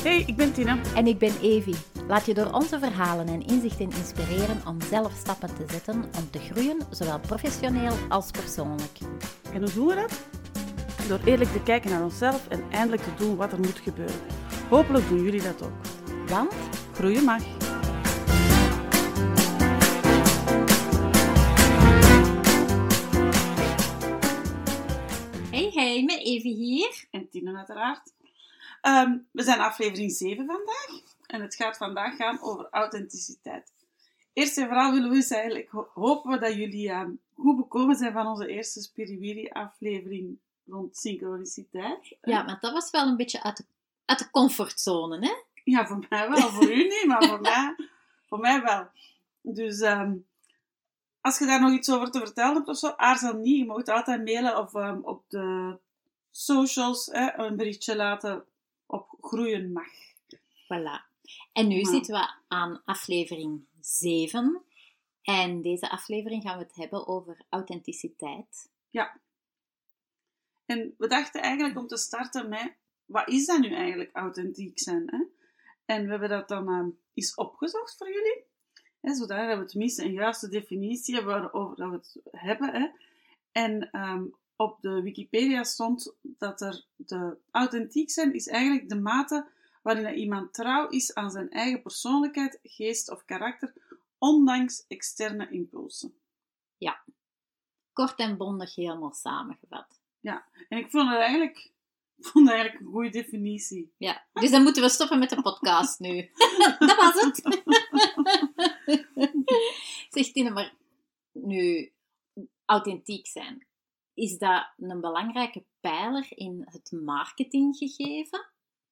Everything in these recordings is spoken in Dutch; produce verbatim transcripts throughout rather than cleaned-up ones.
Hey, ik ben Tina. En ik ben Evie. Laat je door onze verhalen en inzichten inspireren om zelf stappen te zetten om te groeien, zowel professioneel als persoonlijk. En hoe doen we dat? Door eerlijk te kijken naar onszelf en eindelijk te doen wat er moet gebeuren. Hopelijk doen jullie dat ook. Want Groeien mag. Hey, hey, met Evie hier. En Tina uiteraard. Um, we zijn aflevering zeven vandaag. En het gaat vandaag gaan over authenticiteit. Eerst en vooral willen we dus eigenlijk ho- hopen we dat jullie um, goed bekomen zijn van onze eerste Spiriwiri-aflevering rond synchroniciteit. Ja, maar dat was wel een beetje uit de, uit de comfortzone, hè? Ja, voor mij wel. Voor u niet, maar voor mij, voor mij wel. Dus um, als je daar nog iets over te vertellen hebt of zo, aarzel niet. Je mag altijd mailen of um, op de socials hè, een berichtje laten op Groeien Mag. Voilà. En nu Ja. zitten we aan aflevering zeven. En deze aflevering gaan we het hebben over authenticiteit. Ja. En we dachten eigenlijk om te starten met, wat is dat nu eigenlijk, authentiek zijn? Hè? En we hebben dat dan um, eens opgezocht voor jullie. Hè, zodat we tenminste een juiste definitie hebben waarover dat we het hebben. Hè? En um, op de Wikipedia stond dat er de authentiek zijn is eigenlijk de mate waarin iemand trouw is aan zijn eigen persoonlijkheid, geest of karakter, ondanks externe impulsen. Ja. Kort en bondig helemaal samengevat. Ja, en ik vond het eigenlijk, ik vond het eigenlijk een goede definitie. Ja, dus dan moeten we stoppen met de podcast nu. Dat was het. Zeg Tine, maar nu, authentiek zijn, is dat een belangrijke pijler in het marketinggegeven?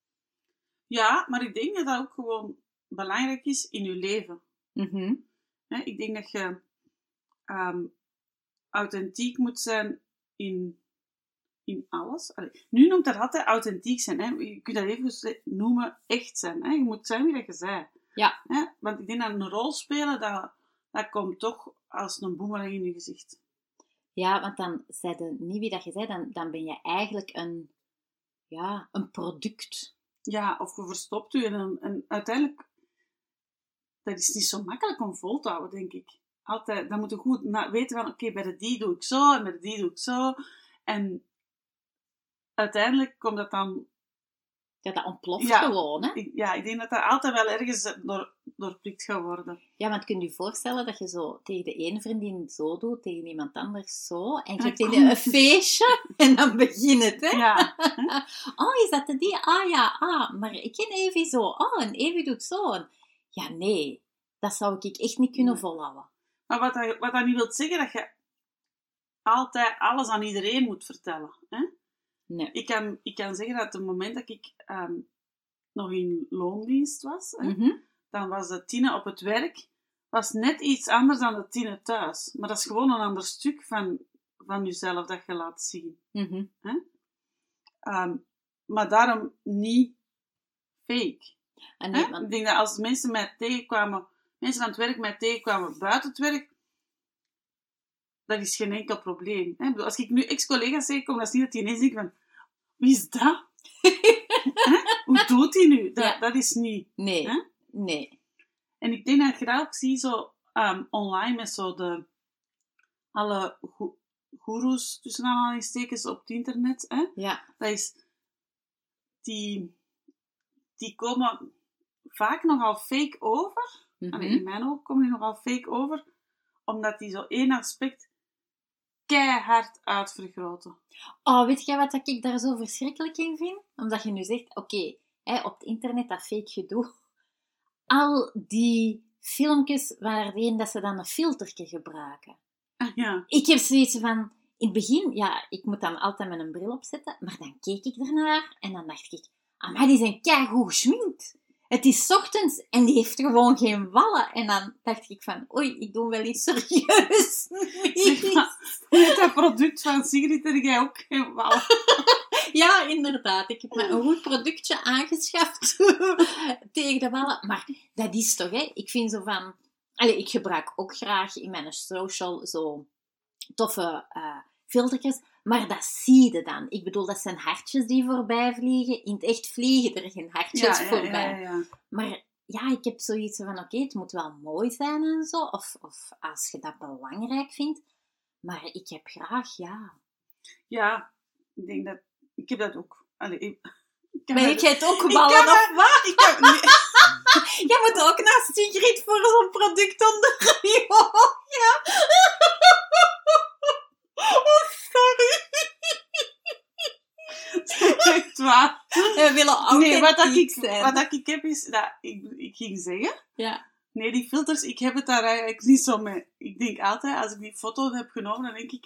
Ja, maar ik denk dat dat ook gewoon belangrijk is in je leven. Mm-hmm. Hè, ik denk dat je um, authentiek moet zijn in, in alles. Allee, nu noemt dat altijd authentiek zijn. Hè. Je kunt dat even noemen echt zijn. Hè. Je moet zijn wie dat je bent. Ja. Hè. Want ik denk dat een rol spelen, dat, dat komt toch als een boemerang in je gezicht. Ja, want dan zei je niet wie dat je zei, dan, dan ben je eigenlijk een, ja, een product. Ja, of je verstopt je. En, en uiteindelijk, dat is niet zo makkelijk om vol te houden, denk ik. Altijd, dan moet je goed na, weten van, oké, okay, bij de die doe ik zo, en bij de die doe ik zo. En uiteindelijk komt dat dan... Ja, dat ontploft Ja, gewoon, hè? ik, ja, ik denk dat dat altijd wel ergens door, doorprikt gaat worden. Ja, want kun je je voorstellen dat je zo tegen de ene vriendin zo doet, tegen iemand anders zo, en je En hebt dan in een feestje, en dan begint het, hè? Ja. Oh, is dat de die? Ah ja, ah, maar ik ken Evie zo. Oh, en Evie doet zo. En ja, nee, dat zou ik echt niet kunnen Nee. volhouden. Maar wat dat, wat dat niet wil zeggen dat je altijd alles aan iedereen moet vertellen. Hè? Nee. Ik, kan, ik kan zeggen dat op het moment dat ik um, nog in loondienst was, hè, Mm-hmm. dan was de Tine op het werk was net iets anders dan de Tine thuis. Maar dat is gewoon een ander stuk van, van jezelf dat je laat zien. Mm-hmm. Hè? Um, maar daarom niet fake. En nee, Hè? want, Ik denk dat als mensen mij tegenkwamen, mensen aan het werk mij tegenkwamen buiten het werk, dat is geen enkel probleem. Hè? Als ik nu ex-collega's tegenkom, dat is niet dat die ineens denken van, wie is dat? Hè? Hoe doet hij nu? Dat, Ja. dat is niet. nee, Hè? nee. En ik denk dat je dat ook ziet zo, um, online met zo de, alle go- goeroes, tussen aanhalingstekens, op het internet. Hè? Ja, Dat is, die, die komen vaak nogal fake over. mm-hmm. Allee, in mijn ogen komen die nogal fake over, omdat die zo één aspect keihard uitvergroten. Oh, weet jij wat ik daar zo verschrikkelijk in vind? Omdat je nu zegt, oké, okay, op het internet, dat fake gedoe. Al die filmpjes waarin dat ze dan een filtertje gebruiken. Ja. Ik heb zoiets van, in het begin, ja, ik moet dan altijd met een bril opzetten, maar dan keek ik ernaar en dan dacht ik, ah, maar die zijn keigoed geschminkt. Het is 's ochtends en die heeft gewoon geen wallen. En dan dacht ik van, oei, ik doe wel iets serieus. Zeg maar, met dat product van Sigrid heb jij ook geen wal. Ja, inderdaad. Ik heb me een goed productje aangeschaft tegen de wallen. Maar dat is toch, hè? Ik vind zo van... Allee, ik gebruik ook graag in mijn social zo toffe uh, filtertjes. Maar dat zie je dan. Ik bedoel, dat zijn hartjes die voorbij vliegen. In het echt vliegen er geen hartjes ja, ja, voorbij. ja, ja. Maar ja, ik heb zoiets van, oké, het moet wel mooi zijn en zo. Of, of als je dat belangrijk vindt. Maar ik heb graag, ja... Ja, ik denk dat... Ik heb dat ook. Allee, ik, ik kan Maar dat- ik heb het ook ik ballen kan of dat- wat? Ik heb, nee, Jij moet ook naar Sigrid voor zo'n product onder je ogen. Oh, sorry. echt waar. We willen Nee, wat, dat authentiek ik, zijn. wat dat ik heb is... Dat ik, ik ging zeggen... Ja. Nee, die filters, ik heb het daar eigenlijk niet zo mee. Ik denk altijd, als ik die foto heb genomen, dan denk ik...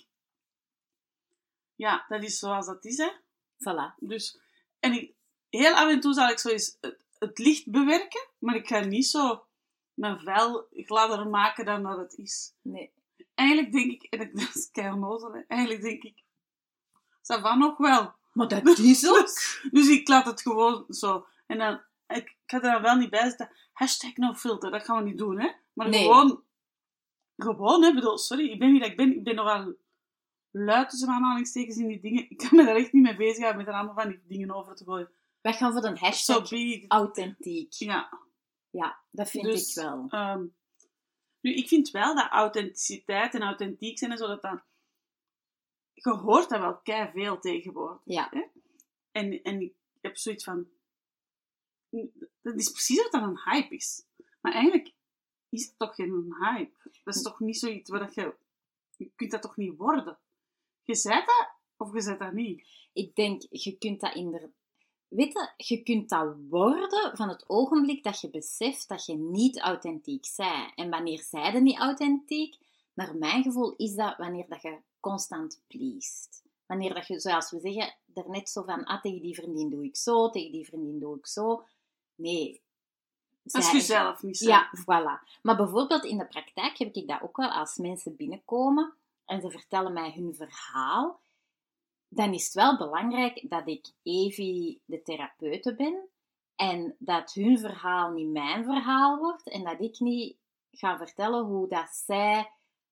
Ja, dat is zoals dat is, hè. Voilà. Dus... En ik, heel af en toe zal ik zo eens het, het licht bewerken, maar ik ga niet zo mijn vel gladder maken dan dat het is. Nee. Eigenlijk denk ik, en ik, dat is keiharnozel, hè, eigenlijk denk ik... Ça va nog wel. Maar dat is ook. Dus ik laat het gewoon zo. En dan... Ik, ik ga er dan wel niet bij zitten. Hashtag no filter, dat gaan we niet doen, hè. Maar Nee. gewoon... Gewoon, hè. Bedoel, sorry, ik ben wie dat ik ben. Ik ben nogal luid tussen aanhalingstekens in die dingen. Ik kan me daar echt niet mee bezighouden met er allemaal van die dingen over te gooien. Wij gaan voor een Zo hashtag be... authentiek. Ja. Ja, dat vind Dus, ik wel. ehm, nu, ik vind wel dat authenticiteit en authentiek zijn en zo, dat dan... Je hoort dat wel keiveel tegenwoordig. Ja. Hè? En, en ik heb zoiets van... Dat is precies wat dat een hype is. Maar eigenlijk is het toch geen hype. Dat is toch niet zoiets waar dat je... Je kunt dat toch niet worden? Je zet dat, of je zet dat niet? Ik denk, je kunt dat in de... Weet je, je kunt dat worden van het ogenblik dat je beseft dat je niet authentiek bent. En wanneer zij je niet authentiek? Naar mijn gevoel is dat wanneer dat je constant pleest. Wanneer dat je, zoals we zeggen, daarnet zo van, ah, tegen die vriendin doe ik zo, tegen die vriendin doe ik zo. Nee. Als Zij- je zelf niet zet. Ja, voilà. Maar bijvoorbeeld in de praktijk heb ik dat ook wel als mensen binnenkomen en ze vertellen mij hun verhaal. Dan is het wel belangrijk dat ik Evie de therapeute ben en dat hun verhaal niet mijn verhaal wordt en dat ik niet ga vertellen hoe dat zij,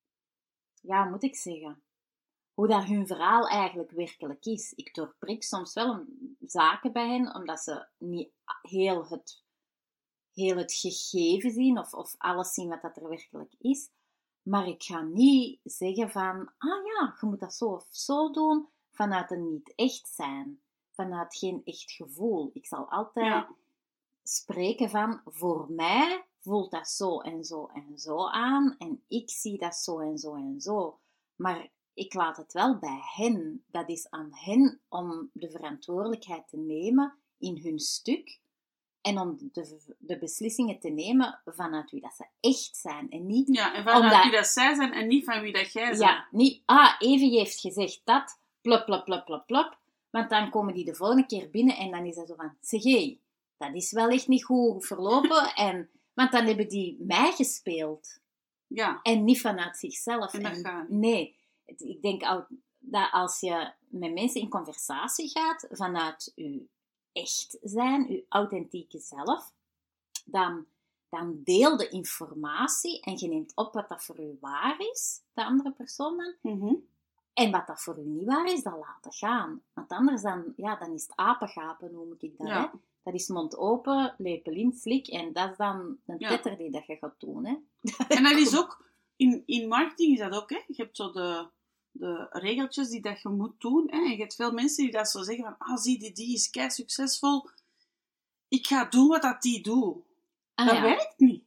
ja, hoe moet ik zeggen, hoe dat hun verhaal eigenlijk werkelijk is. Ik doorprik soms wel een- zaken bij hen, omdat ze niet heel het, heel het gegeven zien of, of alles zien wat dat er werkelijk is. Maar ik ga niet zeggen van, ah ja, je moet dat zo of zo doen, vanuit een niet echt zijn. Vanuit geen echt gevoel. Ik zal altijd Ja. spreken van, voor mij voelt dat zo en zo en zo aan. En ik zie dat zo en zo en zo. Maar ik laat het wel bij hen. Dat is aan hen om de verantwoordelijkheid te nemen in hun stuk. En om de, de beslissingen te nemen vanuit wie dat ze echt zijn. En niet, Ja, en vanuit Omdat- wie dat zij zijn en niet van wie dat jij bent. ja, niet, ah, Evie heeft gezegd dat, plop, plop, plop, plop, plop. Want dan komen die de volgende keer binnen en dan is dat zo van, zeg hé, dat is wel echt niet goed verlopen. En, want dan hebben die mij gespeeld. Ja. En niet vanuit zichzelf. En dat gaat niet. Nee, het- ik denk ook dat als je met mensen in conversatie gaat vanuit je echt zijn, je authentieke zelf, dan, dan deel de informatie en je neemt op wat dat voor u waar is, de andere persoon dan. Mhm. En wat dat voor u niet waar is, dat laten gaan. Want anders dan, ja, dan is het apengapen, noem ik dat. Ja. Hè? Dat is mond open, lepel in, flik. En dat is dan een Ja. tetter die dat je gaat doen. Hè? En dat is ook... In, in marketing is dat ook, hè. Je hebt zo de, de regeltjes die dat je moet doen, hè. En je hebt veel mensen die dat zo zeggen van... Ah, zie, die, die is kei succesvol. Ik ga doen wat dat die doet. Ah, dat ja. werkt niet.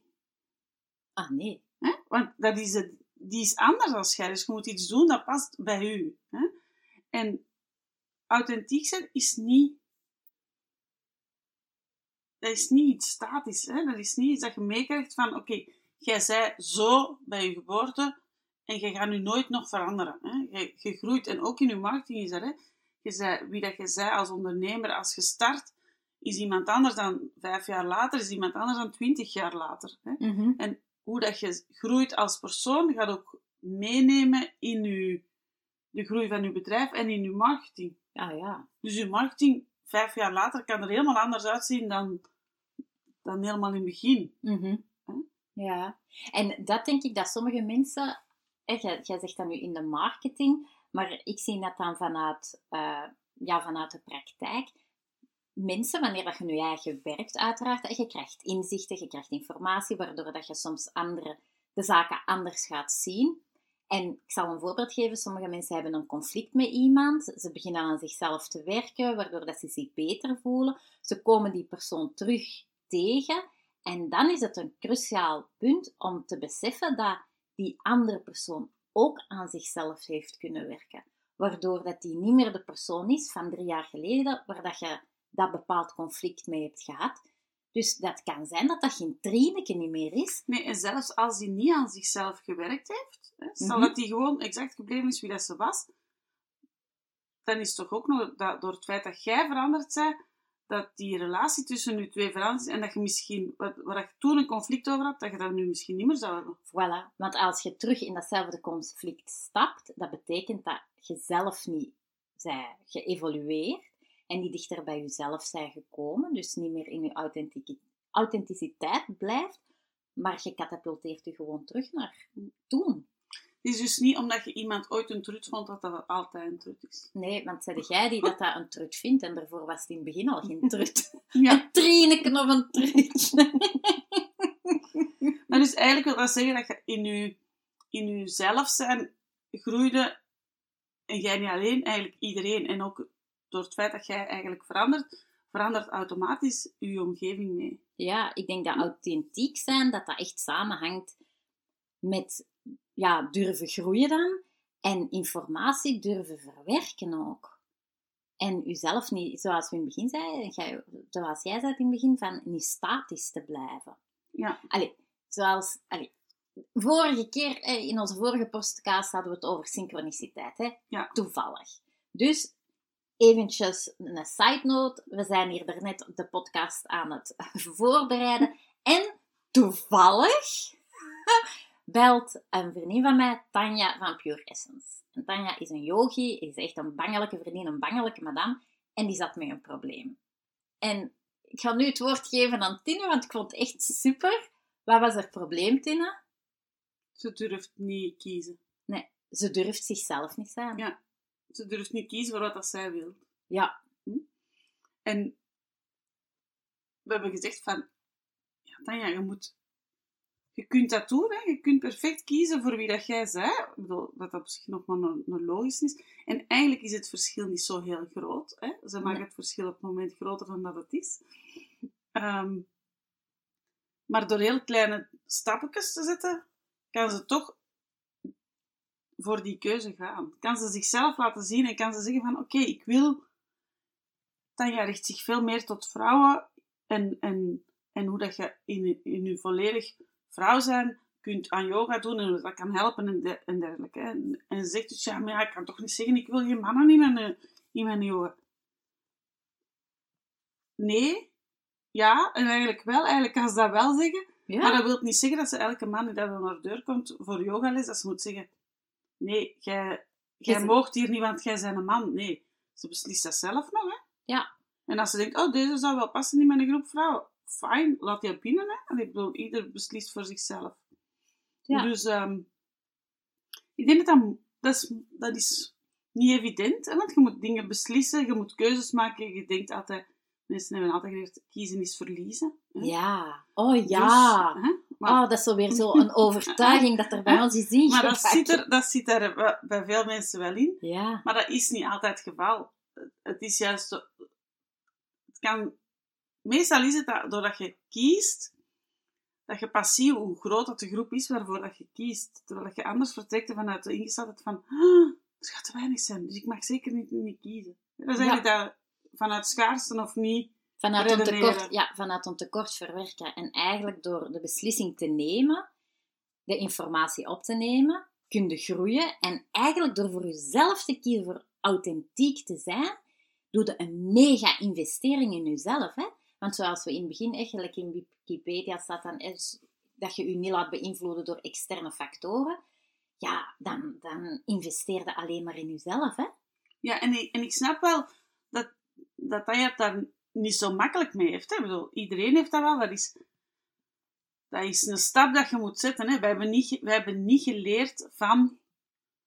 Ah, nee. Hè? Want dat is het, die is anders dan jij. Dus je moet iets doen dat past bij u. Hè? En authentiek zijn is niet... Dat is niet iets statisch. Hè? Dat is niet iets dat je meekrijgt van... Oké, okay, jij zei zo bij je geboorte en je gaat nu nooit nog veranderen. Hè? Je, je groeit. En ook in je marketing is dat... Hè? Je zei, wie dat je zei als ondernemer, als je start, is iemand anders dan vijf jaar later, is iemand anders dan twintig jaar later. Hè? Mhm. En hoe dat je groeit als persoon, gaat ook meenemen in je, de groei van je bedrijf en in je marketing. Ah, ja. Dus je marketing, vijf jaar later, kan er helemaal anders uitzien dan, dan helemaal in het begin. Mhm. Hè? Ja. En dat denk ik dat sommige mensen... hè, Jij, jij zegt dat nu in de marketing, Maar ik zie dat dan vanuit, uh, ja, vanuit de praktijk. Mensen, wanneer dat je nu eigen werkt, uiteraard, je krijgt inzichten, je krijgt informatie, waardoor dat je soms andere, de zaken anders gaat zien. En ik zal een voorbeeld geven. Sommige mensen hebben een conflict met iemand. Ze beginnen aan zichzelf te werken, waardoor dat ze zich beter voelen. Ze komen die persoon terug tegen. En dan is het een cruciaal punt om te beseffen dat die andere persoon ook aan zichzelf heeft kunnen werken. Waardoor dat die niet meer de persoon is van drie jaar geleden, waar dat je dat bepaald conflict mee hebt gehad. Dus dat kan zijn dat dat geen Trieneke niet meer is. Nee, en zelfs als die niet aan zichzelf gewerkt heeft, hè, stel Mhm. dat die gewoon exact gebleven is wie dat ze was, dan is het toch ook nog dat door het feit dat jij veranderd bent, dat die relatie tussen je twee veranderd is en dat je misschien, wat, waar je toen een conflict over had, dat je dat nu misschien niet meer zou hebben. Voilà. Want als je terug in datzelfde conflict stapt, dat betekent dat je zelf niet zij geëvolueerd en niet dichter bij jezelf zijn gekomen, dus niet meer in je authentici- authenticiteit blijft, maar je katapulteert je gewoon terug naar toen. Het is dus niet omdat je iemand ooit een trut vond, dat dat altijd een trut is. Nee, want zei jij die dat, dat een trut vindt, en daarvoor was het in het begin al geen trut. Ja. Een Trieneke of een trutje. Maar dus eigenlijk wil dat zeggen dat je in je, in je zelf zijn groeide, en jij niet alleen, eigenlijk iedereen. En ook door het feit dat jij eigenlijk verandert, verandert automatisch je omgeving mee. Ja, ik denk dat authentiek zijn, dat dat echt samenhangt met ja, durven groeien dan en informatie durven verwerken ook. En jezelf niet, zoals we in het begin zeiden, jij, zoals jij zei in het begin, van niet statisch te blijven. Ja. Allee, zoals, allee, vorige keer, in onze vorige podcast hadden we het over synchroniciteit, hè? Ja. Toevallig. Dus eventjes een side note, we zijn hier daarnet de podcast aan het voorbereiden en toevallig belt een vriendin van mij, Tanja van Pure Essence. En Tanja is een yogi, is echt een bangelijke vriendin, een bangelijke madame, en die zat met een probleem. En ik ga nu het woord geven aan Tine, want ik vond het echt super. Wat was het probleem, Tine? Ze durft niet kiezen. Nee, ze durft zichzelf niet zijn. Ja. Ze durft niet kiezen voor wat dat zij wil. Ja. Hm? En we hebben gezegd van, ja, Tanja, je moet, je kunt dat doen, hè? Je kunt perfect kiezen voor wie dat jij zei. Ik bedoel, dat dat op zich nog maar een, een logisch is. En eigenlijk is het verschil niet zo heel groot, hè? Ze maken Nee. het verschil op het moment groter dan dat het is. Um, maar door heel kleine stapjes te zetten, kan ze toch voor die keuze gaan. Kan ze zichzelf laten zien en kan ze zeggen van, oké, okay, ik wil... Tanja richt zich veel meer tot vrouwen en, en, en hoe dat je in, in je volledig vrouw zijn kunt aan yoga doen en hoe dat kan helpen en, de, en dergelijke. En, en ze zegt dus, ja, maar ja, ik kan toch niet zeggen, ik wil geen mannen in mijn, in mijn yoga. Nee, ja, en eigenlijk wel. Eigenlijk kan ze dat wel zeggen. Ja. Maar dat wil niet zeggen dat ze elke man die daar naar de deur komt voor yogales, dat ze moet zeggen, nee, jij, jij moogt hier niet, want jij bent een man. Nee, ze beslist dat zelf nog, hè. Ja. En als ze denkt, oh, deze zou wel passen in mijn groep vrouwen, fijn, laat die binnen, hè. En ik bedoel, ieder beslist voor zichzelf. Ja. Dus, um, ik denk dat dat, dat, is, dat is niet evident, hè, want je moet dingen beslissen, je moet keuzes maken, je denkt altijd, mensen hebben altijd geleerd, kiezen is verliezen. Hè. Ja. Oh ja. Dus, hè, maar, oh, dat is zo weer zo'n overtuiging dat er bij ons is ingebakken. Maar dat zit, er, dat zit er bij veel mensen wel in. Ja. Maar dat is niet altijd het geval. Het is juist... Het kan... Meestal is het dat doordat je kiest, dat je pas ziet hoe groot dat de groep is waarvoor dat je kiest. Terwijl je anders vertrekt vanuit de ingesteldheid van... Oh, het gaat te weinig zijn, dus ik mag zeker niet, niet kiezen. Dat is eigenlijk ja. dat vanuit schaarste of niet... Vanuit een, tekort, ja, vanuit een tekort verwerken. En eigenlijk door de beslissing te nemen, de informatie op te nemen, kun je groeien. En eigenlijk door voor jezelf te kiezen, voor authentiek te zijn, doe je een mega investering in jezelf. Hè? Want zoals we in het begin eigenlijk in Wikipedia staat, dan is dat je je niet laat beïnvloeden door externe factoren. Ja, dan, dan investeer je alleen maar in jezelf. Hè? Ja, en ik, en ik snap wel dat, dat je daar niet zo makkelijk mee heeft. Hè? Ik bedoel, iedereen heeft dat wel. Dat is, dat is een stap dat je moet zetten. Hè? Wij, hebben niet, wij hebben niet geleerd van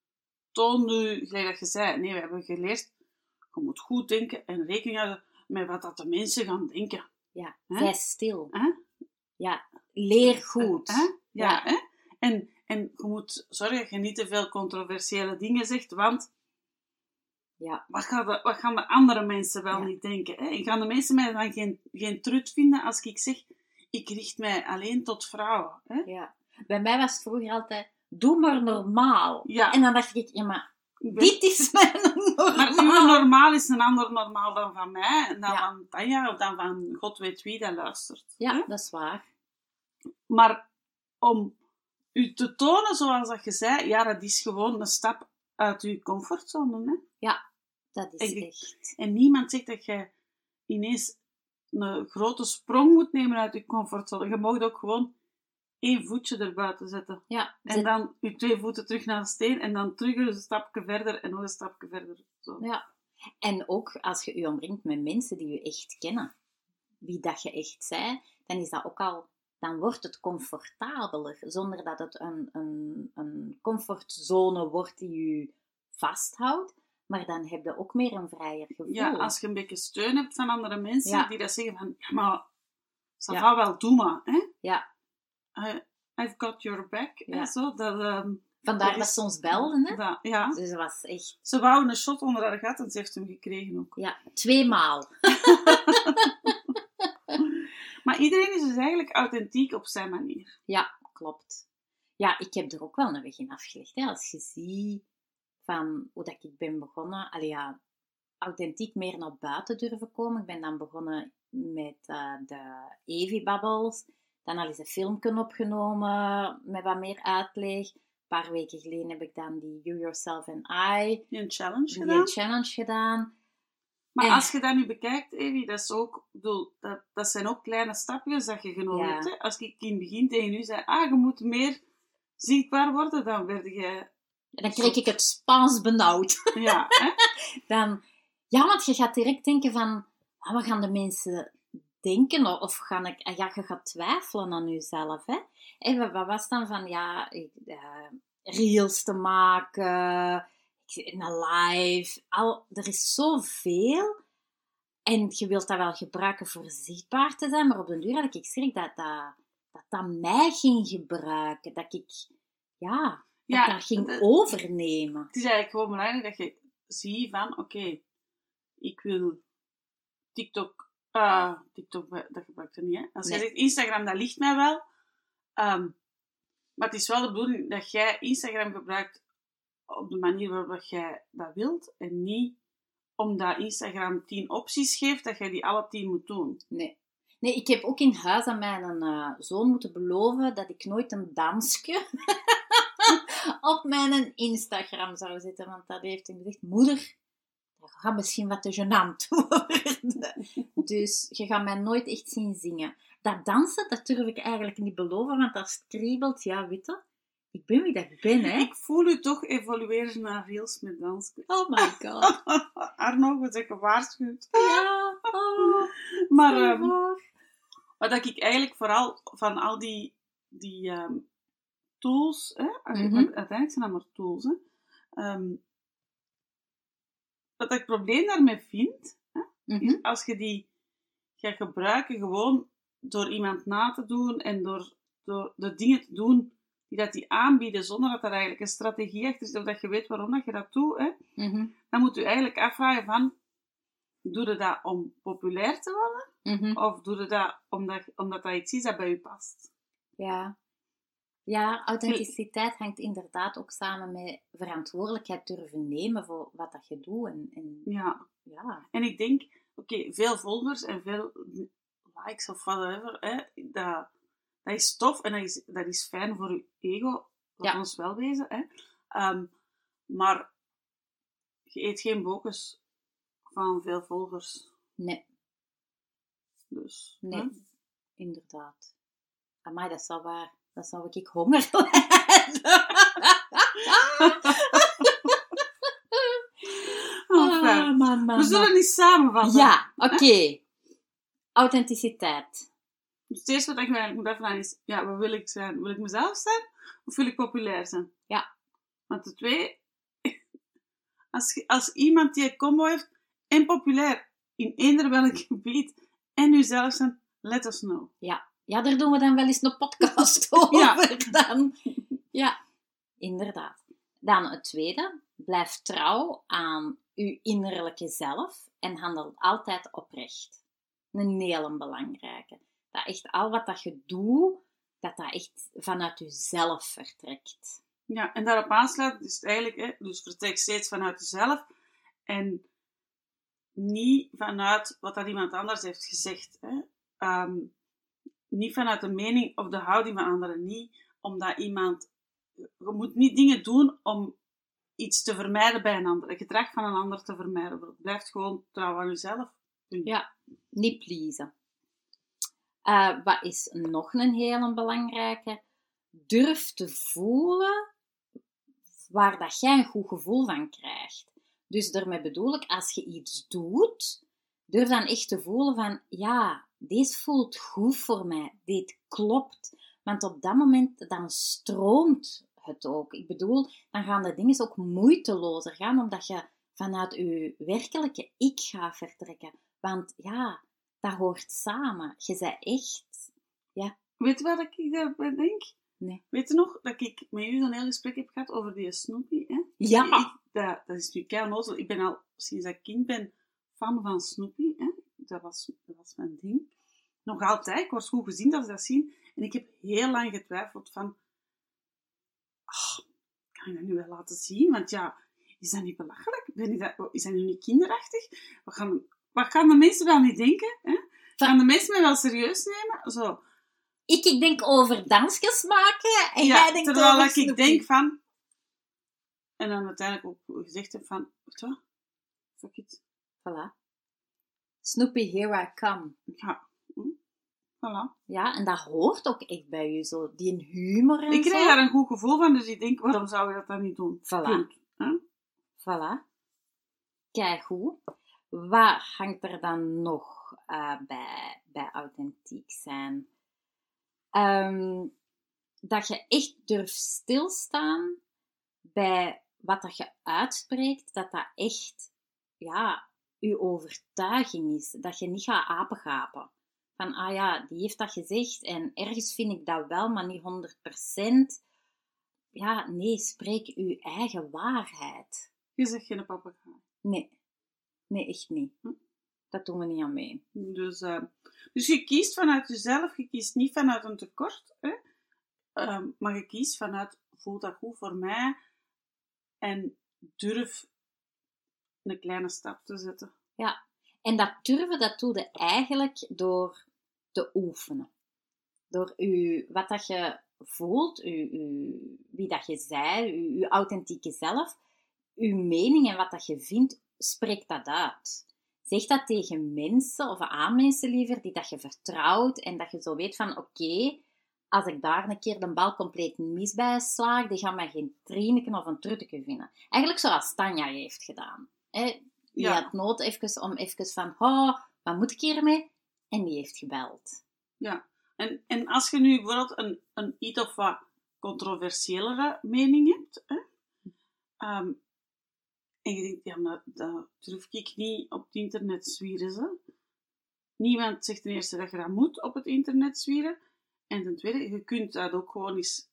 toon nu, gelijk dat je zei, nee, we hebben geleerd, je moet goed denken en rekening houden met wat dat de mensen gaan denken. Ja, Hè? zij stil. Hè? Ja, leer goed. Hè? Ja, Ja. Hè? En, en je moet zorgen dat je niet te veel controversiële dingen zegt, want Ja, wat gaan de, wat gaan de andere mensen wel Ja. niet denken? Hè? En gaan de mensen mij dan geen, geen trut vinden als ik zeg, ik richt mij alleen tot vrouwen? Hè? ja. Bij mij was het vroeger altijd, doe maar normaal. Ja. En dan dacht ik, ja, maar Ik ben- dit is mijn normaal. Maar uw normaal is een ander normaal dan van mij, en dan Ja. van Tanja, of dan van God weet wie dat luistert. Ja, Hè? dat is waar. Maar om u te tonen, zoals dat je zei, ja, dat is gewoon een stap uit uw comfortzone. Hè? Ja, dat is En ik- echt. En niemand zegt dat je ineens een grote sprong moet nemen uit je comfortzone. Je mag ook gewoon één voetje erbuiten zetten. Ja, En zet- dan je twee voeten terug naar de steen. En dan terug een stapje verder en nog een stapje verder. Zo. ja. En ook als je je omringt met mensen die je echt kennen, wie dat je echt zij, dan is dat ook al, dan wordt het comfortabeler, zonder dat het een, een, een comfortzone wordt die je vasthoudt, maar dan heb je ook meer een vrijer gevoel. Ja, als je een beetje steun hebt van andere mensen, Ja. die dat zeggen van, ja, maar, ça Ja. va wel, doe maar. Hè? Ja, I- I've got your back. Ja. Hè? Zo, dat, ehm, vandaar dat dat is- ze ons belden, hè. dat- ja. Dus dat was echt, Ze wou een shot onder haar gat en ze heeft hem gekregen ook. ja, tweemaal. Maar iedereen is dus eigenlijk authentiek op zijn manier. Ja, klopt. Ja, ik heb er ook wel een weg in afgelegd. Hè. Als je ziet van hoe dat ik ben begonnen, allee, ja, authentiek meer naar buiten durven komen. Ik ben dan begonnen met uh, de Evi-babbels. Dan al eens een filmpje opgenomen met wat meer uitleg. Een paar weken geleden heb ik dan die You, Yourself and I, Die een challenge die gedaan. challenge gedaan. Maar Eh. als je dat nu bekijkt, Evi, dat, is ook, ik bedoel, dat, dat zijn ook kleine stapjes dat je genomen Ja. hebt. Hè? Als ik in het begin tegen u zei, ah, je moet meer zichtbaar worden, dan werd je... En dan kreeg ik het Spaans benauwd. Ja, hè? Dan, ja, want je gaat direct denken van, ah, wat gaan de mensen denken? Of gaan ik, ja, je gaat twijfelen aan jezelf. Hè? En wat, wat was dan van, ja, ik, uh, reels te maken, een live, al, er is zoveel. En je wilt dat wel gebruiken voor zichtbaar te zijn, maar op den duur had ik schrik dat dat, dat, dat mij ging gebruiken. Dat ik, ja, dat Ja, ik dat ging de- overnemen. Het is eigenlijk gewoon belangrijk dat je ziet van, oké, ik wil TikTok... ah TikTok, dat gebruikt er niet, hè. Als Nee. je zegt Instagram, dat ligt mij wel. Ehm, maar het is wel de bedoeling dat jij Instagram gebruikt op de manier waarop jij dat wilt. En niet omdat Instagram tien opties geeft, dat jij die alle tien moet doen. Nee. Nee, ik heb ook in huis aan mijn uh, zoon moeten beloven dat ik nooit een dansje op mijn Instagram zou zetten. Want dat heeft hij gezegd, moeder, dat gaat misschien wat te gênant worden. Dus je gaat mij nooit echt zien zingen. Dat dansen, dat durf ik eigenlijk niet beloven, want dat striebelt, ja, weet je. Ik ben wie dat ik ben, hè. Ik voel u toch evolueren naar reels met dansen. Oh my god. Arno, we zijn gewaarschuwd. Ja, oh, Maar stel je ehm, voor. wat ik eigenlijk vooral van al die, die ehm, tools, hè, Mhm. want uiteindelijk zijn dat maar tools, hè, ehm, wat ik het probleem daarmee vind, hè, Mhm. is als je die gaat gebruiken gewoon door iemand na te doen en door, door de dingen te doen die dat die aanbieden, zonder dat er eigenlijk een strategie achter is, of dat je weet waarom dat je dat doet, hè, Mhm. dan moet je eigenlijk afvragen van, doe je dat om populair te worden? Mhm. Of doe je dat omdat, omdat dat iets is dat bij je past? Ja. Ja, authenticiteit hangt inderdaad ook samen met verantwoordelijkheid durven nemen voor wat dat je doet. En, en Ja. ja. En ik denk, oké, veel volgers en veel likes of whatever, hè, dat, dat is tof en dat is, dat is fijn voor je ego, laat Ja. ons wel wezen. Hè. Um, maar je eet geen bokens van veel volgers. Nee, Dus, nee, hè. inderdaad. Amai, dat zou waar. Dat zou ik honger lijden. Enfin, Ah, man, man, we man. zullen niet samenvatten. Ja, oké. Authenticiteit. Dus het eerste wat ik me eigenlijk moet afvragen is, ja, wat wil ik zijn? Wil ik mezelf zijn? Of wil ik populair zijn? Ja. Want de twee Als, je- als iemand die een combo heeft en populair in eender welk gebied en u zelf zijn, let us know. Ja. ja, daar doen we dan wel eens een podcast over. Ja. Dan. Ja, inderdaad. Dan het tweede. Blijf trouw aan uw innerlijke zelf en handel altijd oprecht. Een hele belangrijke. Dat echt al wat dat je doet, dat dat echt vanuit jezelf vertrekt. Ja, en daarop aansluit is het eigenlijk, hè, dus vertrek steeds vanuit jezelf en niet vanuit wat dat iemand anders heeft gezegd. Hè. Ehm, niet vanuit de mening of de houding van anderen. Niet omdat iemand... Je moet niet dingen doen om iets te vermijden bij een ander. Het gedrag van een ander te vermijden. Het blijft gewoon trouw aan jezelf. Ja, niet pleasen. Uh, wat is nog een hele belangrijke? Durf te voelen waar dat jij een goed gevoel van krijgt. Dus daarmee bedoel ik, als je iets doet, durf dan echt te voelen van, ja, deze voelt goed voor mij, dit klopt. Want op dat moment, dan stroomt het ook. Ik bedoel, dan gaan de dingen ook moeitelozer gaan, omdat je vanuit je werkelijke ik gaat vertrekken. Want ja, dat hoort samen. Je bent echt, ja. Weet je wat ik daarbij denk? Nee. Weet je nog dat ik met u zo'n heel gesprek heb gehad over die Snoopy? Hè? Ja. Ik, dat, dat is nu kei-onnozel. Ik ben al, sinds ik kind ben, fan van Snoopy. Hè? Dat, was, dat was mijn ding. Nog altijd. Ik word goed gezien dat ze dat zien. En ik heb heel lang getwijfeld van... Oh, kan ik dat nu wel laten zien? Want ja, is dat niet belachelijk? Ben ik dat, is dat nu niet kinderachtig? Wat gaan, wat gaan de mensen wel niet denken? Hè? Gaan de mensen mij wel serieus nemen? Zo... Ik, ik denk over dansjes maken en ja, jij denkt terwijl over ik Snoopy. denk van... En dan uiteindelijk ook gezegd heb van... Weet je wat? Fuck it. Voilà. Snoopy, here I come. Ja. Hm. Voilà. Ja, en dat hoort ook echt bij je, zo. Die humor en Ik zo. krijg daar een goed gevoel van, dus ik denk, waarom zou je dat dan niet doen? Voilà. Punt. Huh? Voilà. Kijk goed. Wat hangt er dan nog uh, bij, bij authentiek zijn? Um, dat je echt durft stilstaan bij wat dat je uitspreekt, dat dat echt, ja, je overtuiging is. Dat je niet gaat apengapen. Van, ah ja, die heeft dat gezegd en ergens vind ik dat wel, maar niet honderd procent. Ja, nee, spreek je eigen waarheid. Je zegt geen papegaai. Nee. Nee, echt niet. Hm? Dat doen we niet aan mee. Dus, uh, dus je kiest vanuit jezelf, je kiest niet vanuit een tekort, hè? Uh, maar je kiest vanuit, voelt dat goed voor mij en durf een kleine stap te zetten. Ja, en dat durven, dat doe je eigenlijk door te oefenen. Door u, wat dat je voelt, u, u, wie dat je zij, uw, uw authentieke zelf, uw mening en wat dat je vindt, spreek dat uit. Zeg dat tegen mensen, of aan mensen liever, die dat je vertrouwt en dat je zo weet van, oké, okay, als ik daar een keer de bal compleet mis bij slaag, die gaan mij geen trieneken of een trutteke vinden. Eigenlijk zoals Tanja heeft gedaan. Hè? Die Ja. had nood even om even van, oh, wat moet ik hiermee? En die heeft gebeld. Ja, en, en als je nu bijvoorbeeld een, een iets of wat controversiëlere mening hebt, hè? Um, en je denkt, ja, maar dat durf ik niet op het internet zwieren. Ze. Niemand zegt ten eerste dat je dat moet op het internet zwieren. En ten tweede, je kunt dat ook gewoon eens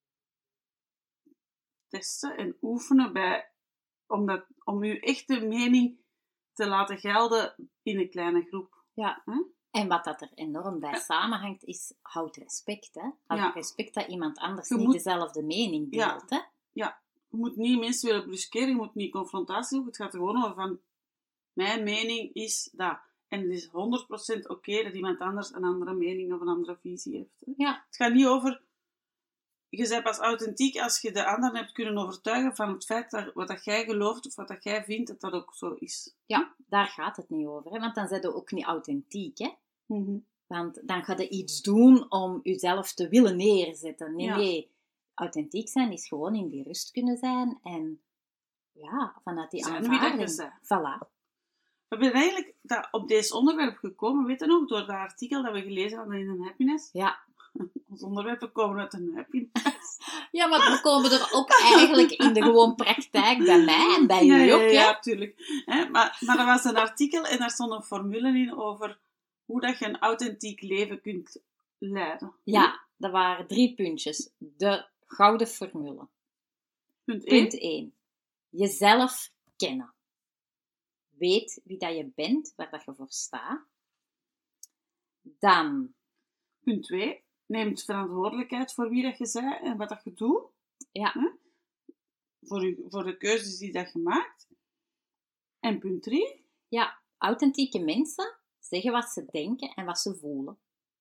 testen en oefenen bij, om, dat, om je echte mening te laten gelden in een kleine groep. Ja. Huh? En wat dat er enorm bij samenhangt, is houd respect. Hè? Houd Ja. respect dat iemand anders Je niet moet... dezelfde mening deelt. Ja. Hè? Ja. Je moet niet mensen willen bruskeren, je moet niet confrontatie zoeken. Het gaat er gewoon over van, mijn mening is dat. En het is honderd procent oké okay dat iemand anders een andere mening of een andere visie heeft. Hè? Ja. Het gaat niet over, je bent pas authentiek als je de anderen hebt kunnen overtuigen van het feit dat wat dat jij gelooft of wat dat jij vindt, dat dat ook zo is. Ja, daar gaat het niet over. Hè? Want dan ben je ook niet authentiek. Hè? Mm-hmm. Want dan ga je iets doen om jezelf te willen neerzetten. Nee, ja. nee. Authentiek zijn is gewoon in die rust kunnen zijn en ja, vanuit die zijn aanvaarding. wie dat je bent. Voilà. We zijn eigenlijk dat op deze onderwerp gekomen, weet je nog, door dat artikel dat we gelezen hadden in een Happiness. Ja. Onze onderwerpen komen uit de Nijpinprijs. Ja, maar we komen er ook eigenlijk in de gewoon praktijk bij mij en bij Ja, jullie ja, ook, ja, hè? ja, tuurlijk. Hè, maar, maar er was een artikel en daar stond een formule in over hoe dat je een authentiek leven kunt leiden. Ja, dat waren drie puntjes. De gouden formule. Punt één. Punt één. Jezelf kennen. Weet wie dat je bent, waar dat je voor staat. Dan, Punt twee. Neem verantwoordelijkheid voor wie dat je bent en wat dat je doet. ja, Hè? Voor, je, voor de keuzes die dat je maakt. En punt drie. ja, authentieke mensen zeggen wat ze denken en wat ze voelen.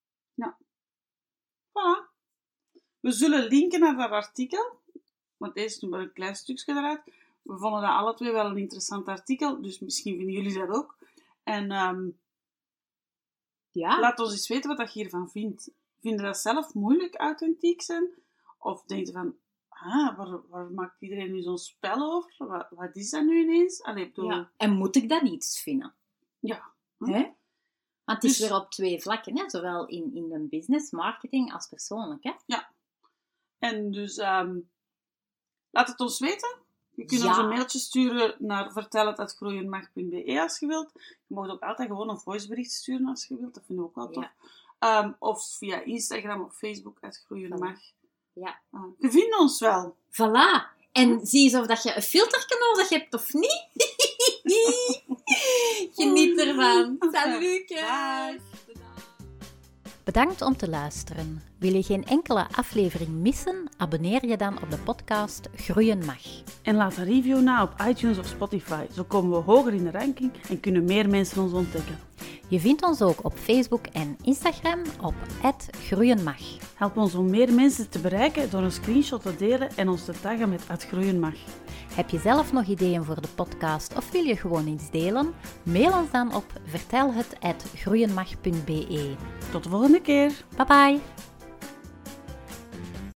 Voilà. We zullen linken naar dat artikel. Want deze is nu maar een klein stukje eruit. We vonden dat alle twee wel een interessant artikel. Dus misschien vinden jullie dat ook. En ehm, Ja, laat ons eens weten wat dat je hiervan vindt. Vind je dat zelf moeilijk authentiek zijn? Of denk je van... Ah, waar, waar maakt iedereen nu zo'n spel over? Wat, wat is dat nu ineens? Allee, ik bedoel... ja. En moet ik dat iets vinden? Ja. Hè? Want het is Dus- weer op twee vlakken, hè? Zowel in, in de business, marketing als persoonlijk. Hè? En dus... ehm, laat het ons weten. Je kunt Ja. ons een mailtje sturen naar vertel het at groeienmag punt b e als je wilt. Je mag ook altijd gewoon een voicebericht sturen als je wilt. Dat vinden we ook wel tof. Ja. Ehm, of via Instagram of Facebook, at groeienmag. Ja. Uh, je vindt ons wel. Voilà. En zie eens of dat je een filterje nodig hebt of niet. Geniet ervan. Salutjes. Dag. Bedankt om te luisteren. Wil je geen enkele aflevering missen? Abonneer je dan op de podcast Groeien Mag. En laat een review na op iTunes of Spotify. Zo komen we hoger in de ranking en kunnen meer mensen ons ontdekken. Je vindt ons ook op Facebook en Instagram op at Groeien Mag. Help ons om meer mensen te bereiken door een screenshot te delen en ons te taggen met at groeienmag. Heb je zelf nog ideeën voor de podcast of wil je gewoon iets delen? Mail ons dan op vertel het at groeienmag punt b e. Tot de volgende keer. Bye bye!